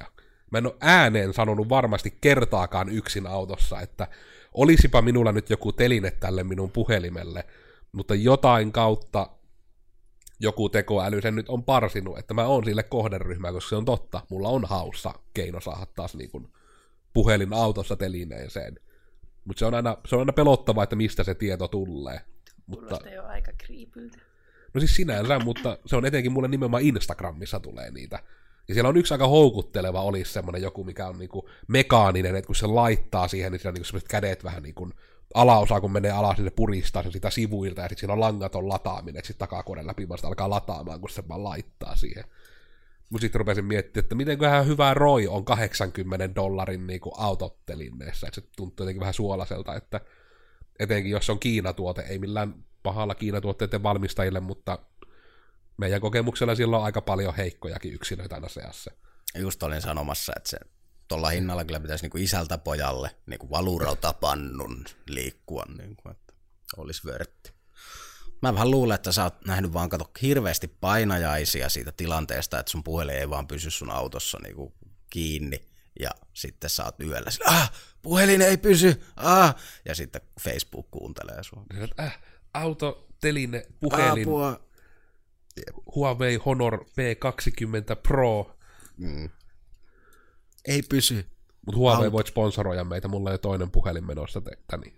mä en ole ääneen sanonut varmasti kertaakaan yksin autossa, että olisipa minulla nyt joku teline tälle minun puhelimelle, mutta jotain kautta joku tekoäly sen nyt on parsinut, että mä oon sille kohderyhmään, koska se on totta, mulla on haussa keino saada taas niin kuin puhelin autossa telineeseen. Mutta se on aina pelottavaa, että mistä se tieto tulee. Kuulostaa jo aika creepyltä. No siis sinänsä, mutta se on etenkin mulle nimenomaan Instagramissa tulee niitä. Ja siellä on yksi aika houkutteleva, olisi semmoinen joku, mikä on niinku mekaaninen, että kun se laittaa siihen, niin siellä on niinku semmoiset kädet vähän niin kuin alaosa, kun menee alas, niin se puristaa sen sitä sivuilta, ja sitten siinä on langaton lataaminen, että sitten takakoneen läpi vasta alkaa lataamaan, kun se vaan laittaa siihen. Mutta sitten rupesin miettimään, että mitenköhän hyvä ROI on $80 niinku autottelineessä, että se tuntuu jotenkin vähän suolaiselta, että etenkin jos se on Kiinatuote, ei millään pahalla Kiinatuotteiden valmistajille, mutta meidän kokemuksella siellä on aika paljon heikkojakin yksilöitä aina seassa. Just olin sanomassa, että se tuolla hinnalla kyllä pitäisi niinku isältä pojalle niinku valurautapannun liikkua, niinku, että olisi vörtti. Mä vähän luulen, että sä oot nähnyt vaan hirveästi painajaisia siitä tilanteesta, että sun puhelin ei vaan pysy sun autossa niinku kiinni, ja sitten sä oot yöllä sillä, puhelin ei pysy, ja sitten Facebook kuuntelee sua. Auto, teline, puhelin, Huawei Honor P20 Pro. Ei pysy. Mutta Huawei voit sponsoroida meitä, mulla ei ole toinen puhelin menossa niin.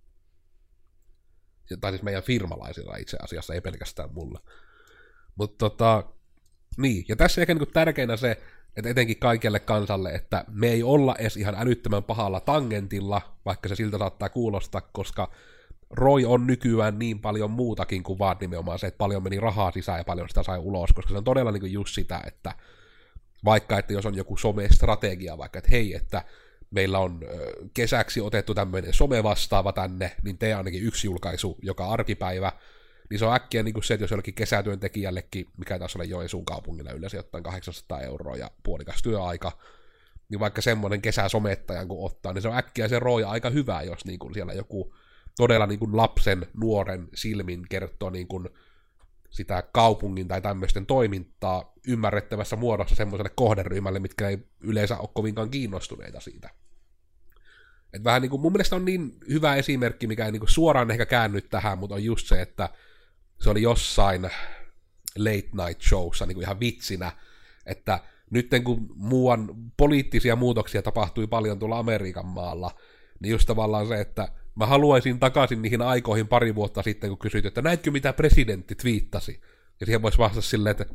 Tai siis meidän firmalaisilla itse asiassa, ei pelkästään mulla. Mutta niin, ja tässä ehkä niinku tärkeinä se, että etenkin kaikelle kansalle, että me ei olla edes ihan älyttömän pahalla tangentilla, vaikka se siltä saattaa kuulostaa, koska ROI on nykyään niin paljon muutakin kuin vaan nimenomaan se, että paljon meni rahaa sisään ja paljon sitä sai ulos, koska se on todella niin kuin just sitä, että vaikka, että jos on joku some-strategia, vaikka, että hei, että meillä on kesäksi otettu tämmöinen some-vastaava tänne, niin tee ainakin yksi julkaisu joka arkipäivä, niin se on äkkiä niin kuin se, että jos jollekin kesätyöntekijällekin, mikä taas oli Joensuun kaupungilla yleensä jotain 800 € ja puolikas työaika, niin vaikka semmoinen kesäsomettajan kun ottaa, niin se on äkkiä se ROI aika hyvä, jos niin kuin siellä joku todella niin kuin lapsen, nuoren silmin kertoo niin kuin sitä kaupungin tai tämmöisten toimintaa ymmärrettävässä muodossa semmoiselle kohderyhmälle, mitkä ei yleensä ole kovinkaan kiinnostuneita siitä. Et vähän niin kuin, mun mielestä on niin hyvä esimerkki, mikä ei niin kuin suoraan ehkä käänny tähän, mutta on just se, että se oli jossain late night showssa niin kuin ihan vitsinä, että nyt kun muuan poliittisia muutoksia tapahtui paljon tuolla Amerikan maalla, niin just tavallaan se, että mä haluaisin takaisin niihin aikoihin pari vuotta sitten, kun kysyit, että näetkö mitä presidentti twiittasi? Ja siihen voisi vastata silleen, että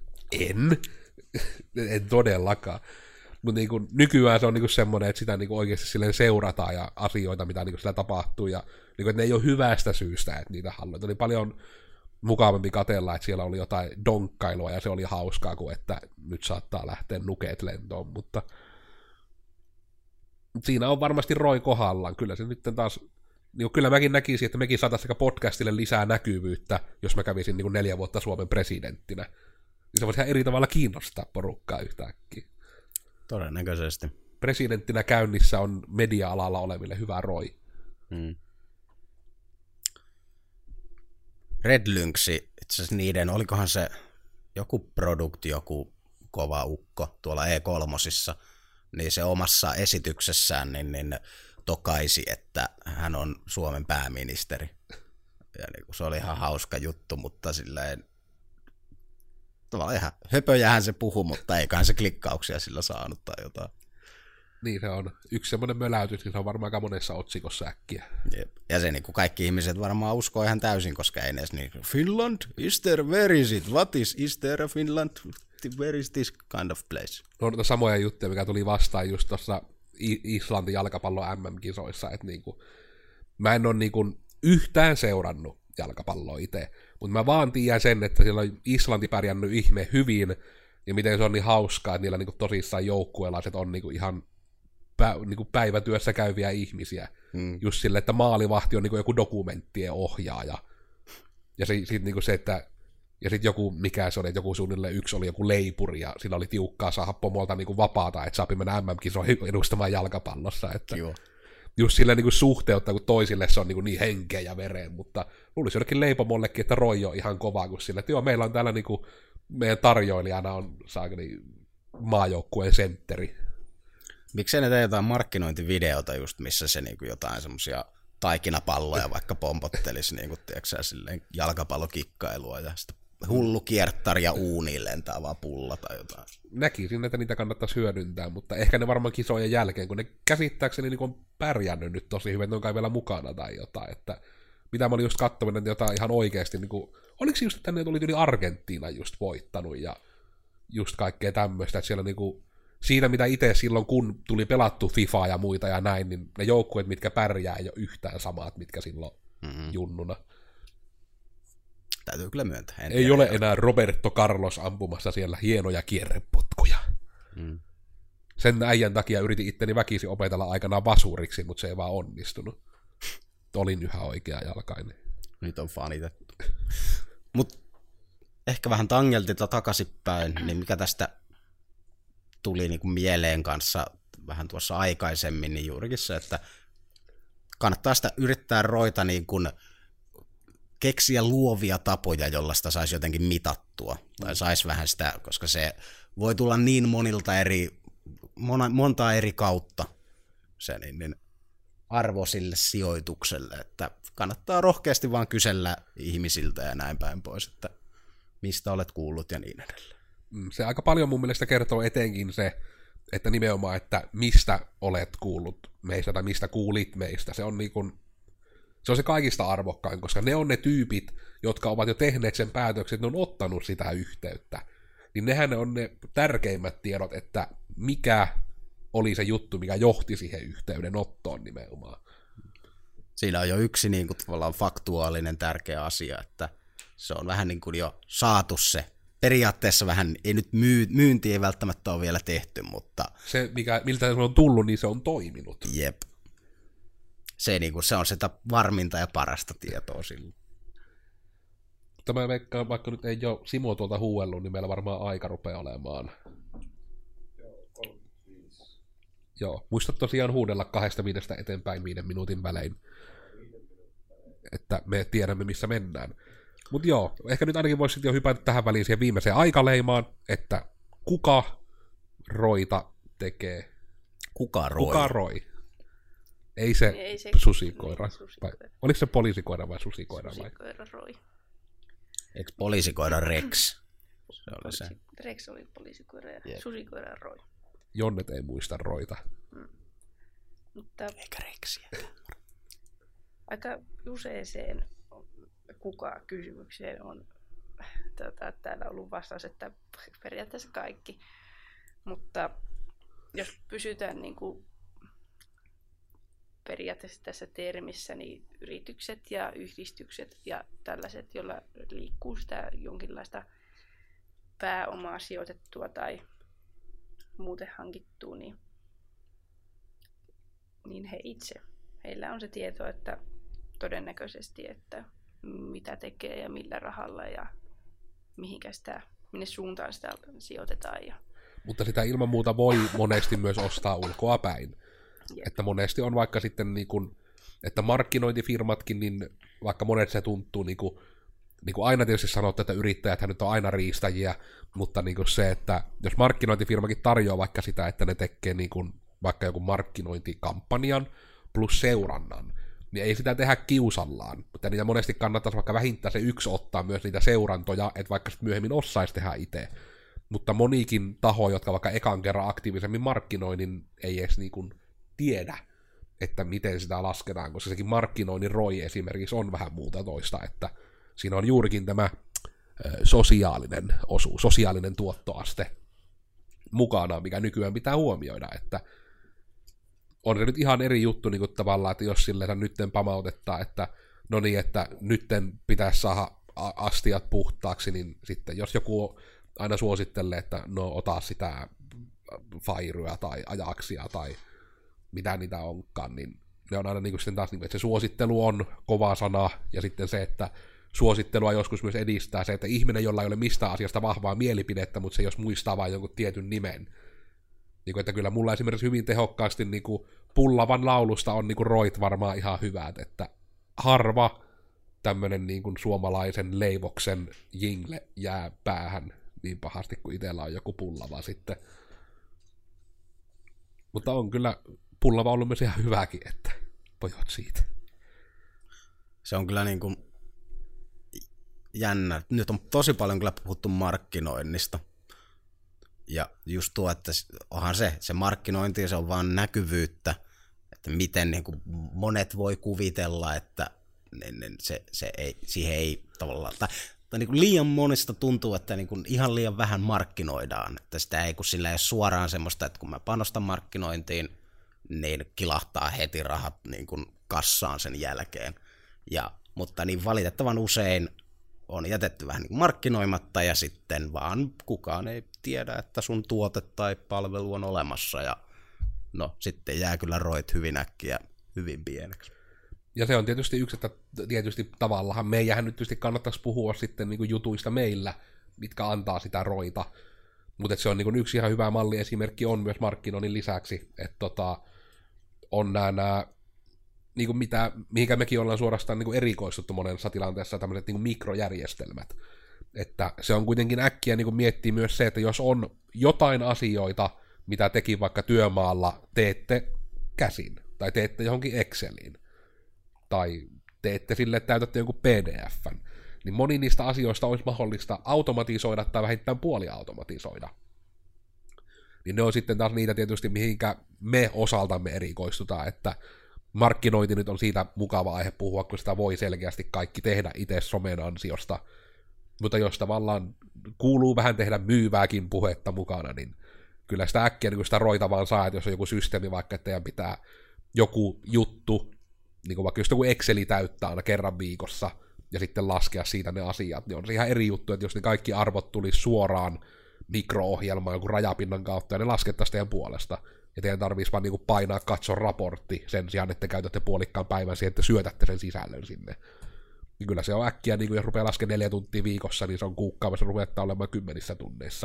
en todellakaan. Mutta niin nykyään se on niin semmoinen, että sitä niin oikeasti silleen seurataan ja asioita, mitä niin sillä tapahtuu. Ja niin että ne ei ole hyvästä syystä, että niitä haluaa. Oli paljon mukavampi katsella, että siellä oli jotain donkkailua ja se oli hauskaa, kuin että nyt saattaa lähteä nukeet lentoon, mutta siinä on varmasti ROI kohdallaan. Kyllä se nyt taas, niin kyllä mäkin näkisin, että mekin saataisiin sekä podcastille lisää näkyvyyttä, jos mä kävisin niin 4 vuotta Suomen presidenttinä. Niin se voisi ihan eri tavalla kiinnostaa porukkaa yhtäkkiä. Todennäköisesti. Presidenttinä käynnissä on media-alalla oleville hyvä ROI. Red Lynxi, itse asiassa niiden, olikohan se joku produkti, joku kova ukko tuolla E3:ssa, niin se omassa esityksessään niin tokaisi, että hän on Suomen pääministeri. Ja niin se oli ihan hauska juttu, mutta silleen tavallaan ihan höpöjähän se puhui, mutta eiköhän se klikkauksia sillä saanut tai jotain. Niin se on. Yksi semmoinen möläytys, niin se on varmaan aika monessa otsikossa äkkiä. Jep. Ja se niin kuin kaikki ihmiset varmaan uskoo ihan täysin, koska ei edes niin, Finland, is there, where is it, what is there a Finland, where is this kind of place? No samoja juttuja, mikä tuli vastaan just tuossa Islantin jalkapallon MM-kisoissa, että niinku, mä en ole niinku yhtään seurannut jalkapalloa itse, mutta mä vaan tiedän sen, että siellä on Islanti pärjännyt ihme hyvin, ja miten se on niin hauskaa, että niillä niinku tosissaan joukkueelaiset on niinku ihan niinku päivätyössä käyviä ihmisiä. Just sille, että maalivahti on niinku joku dokumenttien ohjaaja. Ja sitten niinku se, että ja sitten joku, mikä se oli, että joku suunnilleen yksi oli joku leipuri, ja sillä oli tiukkaa saada pomolta niinku vapaata, että saapi mennä MM-kisoihin edustamaan jalkapallossa. Että just sillä niinku suhteuttaa, kun toisille se on niinku niin henkeä ja vereen, mutta luulisi jollekin leipomollekin, että ROI on ihan kova, kun sillä, että joo, meillä on täällä niinku, meidän tarjoilijana on saakeli maajoukkueen sentteri. Miksei ne tee jotain markkinointivideota just, missä se niinku jotain semmosia taikinapalloja vaikka pompottelisi niinku, tiedätkö, silleen jalkapallokikkailua ja sitten hullu kierttari ja uuniin lentää vaan pulla tai jotain. Näkisin, että niitä kannattaisi hyödyntää, mutta ehkä ne varmaan kisojen jälkeen, kun ne käsittääkseni niin on pärjännyt nyt tosi hyvin, että ne on kai vielä mukana tai jotain, että mitä mä olin just katsominen, että jotain ihan oikeasti, niin kuin, oliko just, että ne oli yli Argentiina just voittanut ja just kaikkea tämmöistä, että siellä niin kuin, siitä mitä itse silloin, kun tuli pelattu FIFA ja muita ja näin, niin ne joukkueet, mitkä pärjää, ei ole yhtään samat, mitkä silloin junnuna. Täytyy kyllä myöntää. Ei ole enää Roberto Carlos ampumassa siellä hienoja kierrepotkuja. Sen äijän takia yritin itteni väkisin opetella aikanaan vasuriksi, mutta se ei vaan onnistunut. Olin yhä oikeajalkainen. Nyt on fanitettu. Mutta ehkä vähän tangeltilta takaisinpäin, niin mikä tästä tuli niinku mieleen kanssa vähän tuossa aikaisemmin, niin juurikin se, että kannattaa sitä yrittää roita niin kuin keksiä luovia tapoja, jolla sitä saisi jotenkin mitattua. Tai saisi vähän sitä, koska se voi tulla niin montaa eri kautta se niin arvo sille sijoitukselle, että kannattaa rohkeasti vaan kysellä ihmisiltä ja näin päin pois, että mistä olet kuullut ja niin edelleen. Se aika paljon mun mielestä kertoo etenkin se, että nimenomaan, että mistä olet kuullut meistä tai mistä kuulit meistä. Se on niin kuin, se on se kaikista arvokkain, koska ne on ne tyypit, jotka ovat jo tehneet sen päätöksen, että ne on ottanut sitä yhteyttä. Niin nehän on ne tärkeimmät tiedot, että mikä oli se juttu, mikä johti siihen yhteydenottoon nimenomaan. Siinä on jo yksi niin kuin, tavallaan faktuaalinen tärkeä asia, että se on vähän niin kuin jo saatu se. Periaatteessa vähän, ei nyt myynti ei välttämättä ole vielä tehty, mutta se, miltä se on tullut, niin se on toiminut. Jep. Se, niin kuin, se on sitä varminta ja parasta tietoa silloin. Mutta mä veikkaan, vaikka nyt ei ole Simo tuolta huuellut, niin meillä varmaan aika rupeaa olemaan. Joo, muista tosiaan huudella 2-5 eteenpäin 5 minuutin välein, että me tiedämme, missä mennään. Mutta joo, ehkä nyt ainakin voisi sitten jo hypätä tähän väliin siihen viimeiseen aikaleimaan, että kuka roita tekee? Kuka roi? Kuka roi? Ei se susikoira. Oliko se poliisikoira vai susikoira? Susikoira roi. Eikö poliisikoira Rex? Se oli se. Rex oli poliisikoira ja susikoira roi. Jonnet ei muista roita. Mutta eikä Rexiä. Aika useeseen kuka-kysymykseen on täällä ollut vastaus, että periaatteessa kaikki. Mutta jos pysytään niin kuin periaatteessa tässä termissä, niin yritykset ja yhdistykset ja tällaiset, joilla liikkuu sitä jonkinlaista pääomaa sijoitettua tai muuten hankittua, niin heillä on se tieto, että todennäköisesti, että mitä tekee ja millä rahalla ja minne suuntaan sitä sijoitetaan. Mutta sitä ilman muuta voi monesti myös ostaa ulkoa päin. Jep. Että monesti on vaikka sitten, niin kuin, että markkinointifirmatkin, niin vaikka monet se tuntuu, niin kuin aina tietysti sanottu, että yrittäjäthän nyt on aina riistäjiä, mutta niin kuin se, että jos markkinointifirmakin tarjoaa vaikka sitä, että ne tekee niin kuin vaikka joku markkinointikampanjan plus seurannan, niin ei sitä tehdä kiusallaan, mutta niitä monesti kannattaisi vaikka vähintään se yksi ottaa myös niitä seurantoja, että vaikka myöhemmin osaisi tehdä itse. Mutta monikin taho, jotka vaikka ekan kerran aktiivisemmin markkinoi, niin ei edes niin kuin tiedä, että miten sitä lasketaan, koska sekin markkinoinnin ROI esimerkiksi on vähän muuta toista, että siinä on juurikin tämä sosiaalinen osuus, sosiaalinen tuottoaste mukana, mikä nykyään pitää huomioida, että on se nyt ihan eri juttu niin kuin tavallaan, että jos silleen nytten pamautettaa, että no niin, että nytten pitäisi saada astiat puhtaaksi, niin sitten jos joku aina suosittelee, että no ota sitä fairyä tai ajaksia tai mitä niitä onkaan, niin ne on aina niin kuin sitten taas, että se suosittelu on kova sana, ja sitten se, että suosittelua joskus myös edistää se, että ihminen, jolla ei ole mistään asiasta vahvaa mielipidettä, mutta se jos muistaa vain jonkun tietyn nimen. Niin kuin, että kyllä mulla esimerkiksi hyvin tehokkaasti niin kuin Pullavan laulusta on niin kuin roit varmaan ihan hyvät, että harva tämmöinen niin kuin suomalaisen leivoksen jingle jää päähän niin pahasti kuin itsellä on joku Pullava sitten. Mutta on kyllä pullava ollut myös ihan hyväkin, että pojat siitä. Se on kyllä niin kuin jännä. Nyt on tosi paljon kyllä puhuttu markkinoinnista. Ja just tuo, että onhan se markkinointi, se on vaan näkyvyyttä, että miten niin kuin monet voi kuvitella, että siihen ei tavallaan, tai niin kuin liian monista tuntuu, että niin kuin ihan liian vähän markkinoidaan, että sitä ei, kun sillä ei ole suoraan semmoista, että kun mä panostan markkinointiin, niin kilahtaa heti rahat niin kuin kassaan sen jälkeen. Mutta niin valitettavan usein on jätetty vähän niin kuin markkinoimatta ja sitten vaan kukaan ei tiedä, että sun tuote tai palvelu on olemassa ja no sitten jää kyllä roit hyvin äkkiä hyvin pieneksi. Ja se on tietysti yksi, että tietysti tavallaan meijähän nyt tietysti kannattaisi puhua sitten niin kuin jutuista meillä, mitkä antaa sitä roita. Mutta se on niin kuin yksi ihan hyvä malliesimerkki on myös markkinoinnin lisäksi, että on nämä niin kuin mihinkä mekin ollaan suorastaan niin kuin erikoistuttu monessa tilanteessa, tämmöiset niin kuin mikrojärjestelmät. Että se on kuitenkin äkkiä niin kuin miettiä myös se, että jos on jotain asioita, mitä tekin vaikka työmaalla teette käsin, tai teette johonkin Exceliin, tai teette sille, että täytätte jonkun PDF:n, niin moni niistä asioista olisi mahdollista automatisoida tai vähintään puoliautomatisoida. Niin ne on sitten taas niitä tietysti, mihinkä me osaltamme erikoistutaan, että markkinointi nyt on siitä mukava aihe puhua, kun sitä voi selkeästi kaikki tehdä itse somen ansiosta, mutta jos tavallaan kuuluu vähän tehdä myyvääkin puhetta mukana, niin kyllä sitä äkkiä niin sitä roita vaan saa, että jos on joku systeemi, vaikka että teidän pitää joku juttu, niin kuin vaikka just joku Exceli täyttää aina kerran viikossa, ja sitten laskea siitä ne asiat, niin on se ihan eri juttu, että jos ne kaikki arvot tulisi suoraan mikro-ohjelmaan joku rajapinnan kautta, ja ne laskettaisiin teidän puolesta, ja teidän tarvitsisi vaan niin kuin painaa katso raportti sen sijaan, että käytätte puolikkaan päivän siihen, että syötätte sen sisällön sinne. Niin kyllä se on äkkiä, niin kuin jos rupeaa laskemaan 4 tuntia viikossa, niin se on kuukkaudessa rupeaa olemaan 10 tunneissa.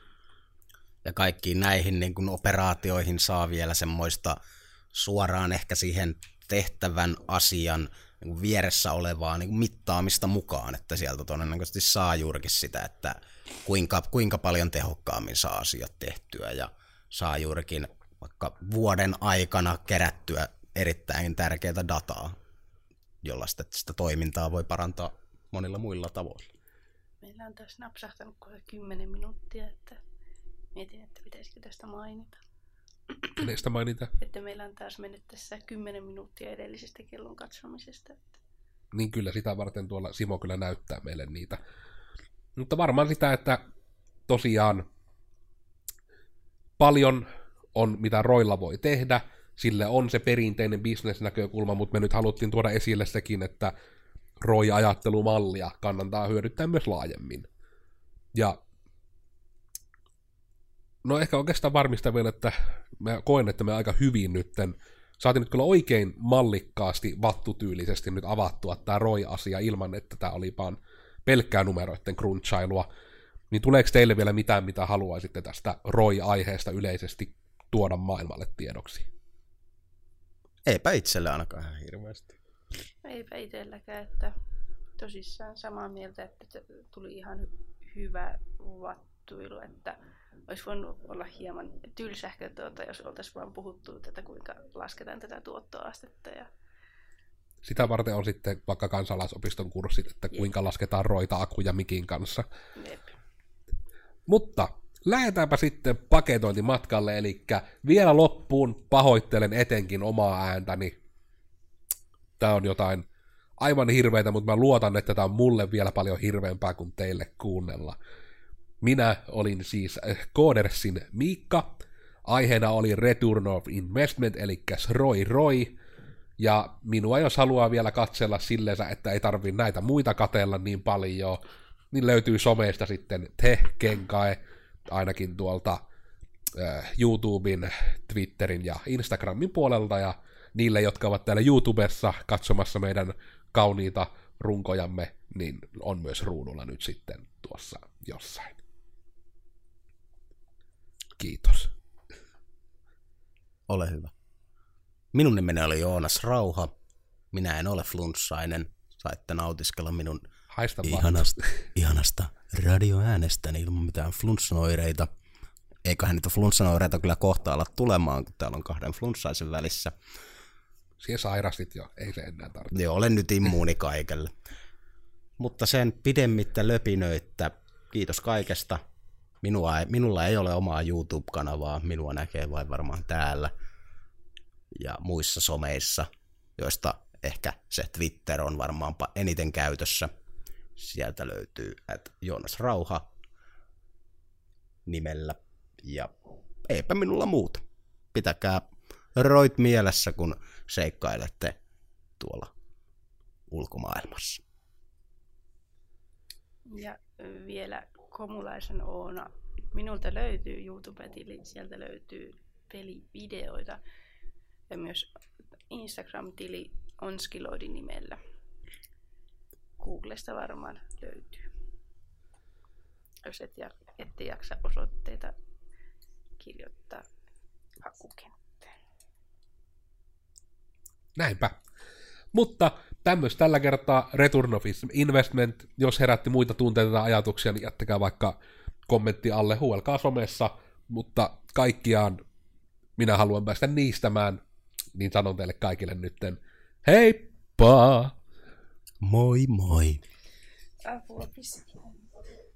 Ja kaikkiin näihin niin kuin operaatioihin saa vielä semmoista suoraan ehkä siihen tehtävän asian niin kuin vieressä olevaa niin kuin mittaamista mukaan, että sieltä todennäköisesti saa juurikin sitä, että kuinka paljon tehokkaammin saa asiat tehtyä ja saa juurikin vaikka vuoden aikana kerättyä erittäin tärkeää dataa, jolla sitä toimintaa voi parantaa monilla muilla tavoilla. Meillä on tässä napsahtanut 10 minuuttia, että mietin, että pitäisikö tästä mainita. Kenestä mainita? Että meillä on taas mennyt tässä 10 minuuttia edellisestä kellon katsomisesta. Niin kyllä, sitä varten tuolla Simo kyllä näyttää meille niitä. Mutta varmaan sitä, että tosiaan paljon on, mitä roilla voi tehdä, sille on se perinteinen bisnesnäkökulma, mutta me nyt haluttiin tuoda esille sekin, että ROI-ajattelumallia kannattaa hyödyttää myös laajemmin. Ja no ehkä oikeastaan varmistan vielä, että mä koen, että me aika hyvin nytten saatiin nyt kyllä oikein mallikkaasti vattutyylisesti nyt avattua tämä ROI-asia ilman, että tämä oli vaan pelkkää numeroiden crunchailua. Niin tuleeko teille vielä mitään, mitä haluaisitte tästä ROI-aiheesta yleisesti tuoda maailmalle tiedoksi? Eipä itselle ainakaan ihan hirveästi. Eipä itselläkään, että tosissaan samaa mieltä, että tuli ihan hyvä vattuilu, että olisi voinut olla hieman tylsähkö, jos oltaisiin vaan puhuttu tätä, kuinka lasketaan tätä tuottoastetta. Ja sitä varten on sitten vaikka kansalaisopiston kurssit, että kuinka lasketaan roita Aku ja Mikin kanssa. Jep. Mutta lähdetäänpä sitten paketointimatkalle, eli vielä loppuun pahoittelen etenkin omaa ääntäni. Tää on jotain aivan hirveitä, mutta mä luotan, että tää on mulle vielä paljon hirveämpää kuin teille kuunnella. Minä olin siis Codersin Miikka, aiheena oli Return of Investment, eli ROI, ja minua jos haluaa vielä katsella silleensä, että ei tarvitse näitä muita katella niin paljon, niin löytyy somesta sitten Kenkae, ainakin tuolta YouTuben, Twitterin ja Instagramin puolelta, ja niille, jotka ovat täällä YouTubessa katsomassa meidän kauniita runkojamme, niin on myös ruudulla nyt sitten tuossa jossain. Kiitos. Ole hyvä. Minun nimeni oli Joonas Rauha. Minä en ole flunssainen. Saitte nautiskella minun ihanasta radioäänestäni ilman mitään flunssanoireita. eiköhän niitä flunssanoireita kyllä kohta ala tulemaan, kun täällä on 2 flunssaisen välissä. Siellä sairastit jo, ei se enää tarvitse. Joo, olen nyt immuuni kaikelle. Mutta sen pidemmittä löpinöitä, kiitos kaikesta. Minulla ei ole omaa YouTube-kanavaa, minua näkee vain varmaan täällä ja muissa someissa, joista ehkä se Twitter on varmaan eniten käytössä. Sieltä löytyy Joonas Rauha nimellä ja eipä minulla muuta. Pitäkää roit mielessä, kun seikkailette tuolla ulkomaailmassa. Ja vielä Komulaisen Oona. Minulta löytyy YouTube-tili, sieltä löytyy pelivideoita ja myös Instagram-tili Onskiloidin nimellä. Googlesta varmaan löytyy. Jos ette jaksa osoitteita kirjoittaa hakukenttään. Näinpä. Mutta tämmöistä tällä kertaa Return of Investment. Jos herätti muita tunteita tai ajatuksia, niin jättäkää vaikka kommentti alle, huuelkaa somessa, mutta kaikkiaan minä haluan päästä niistämään, niin sanon teille kaikille nytten heippa! Moi moi! Apua, pissin.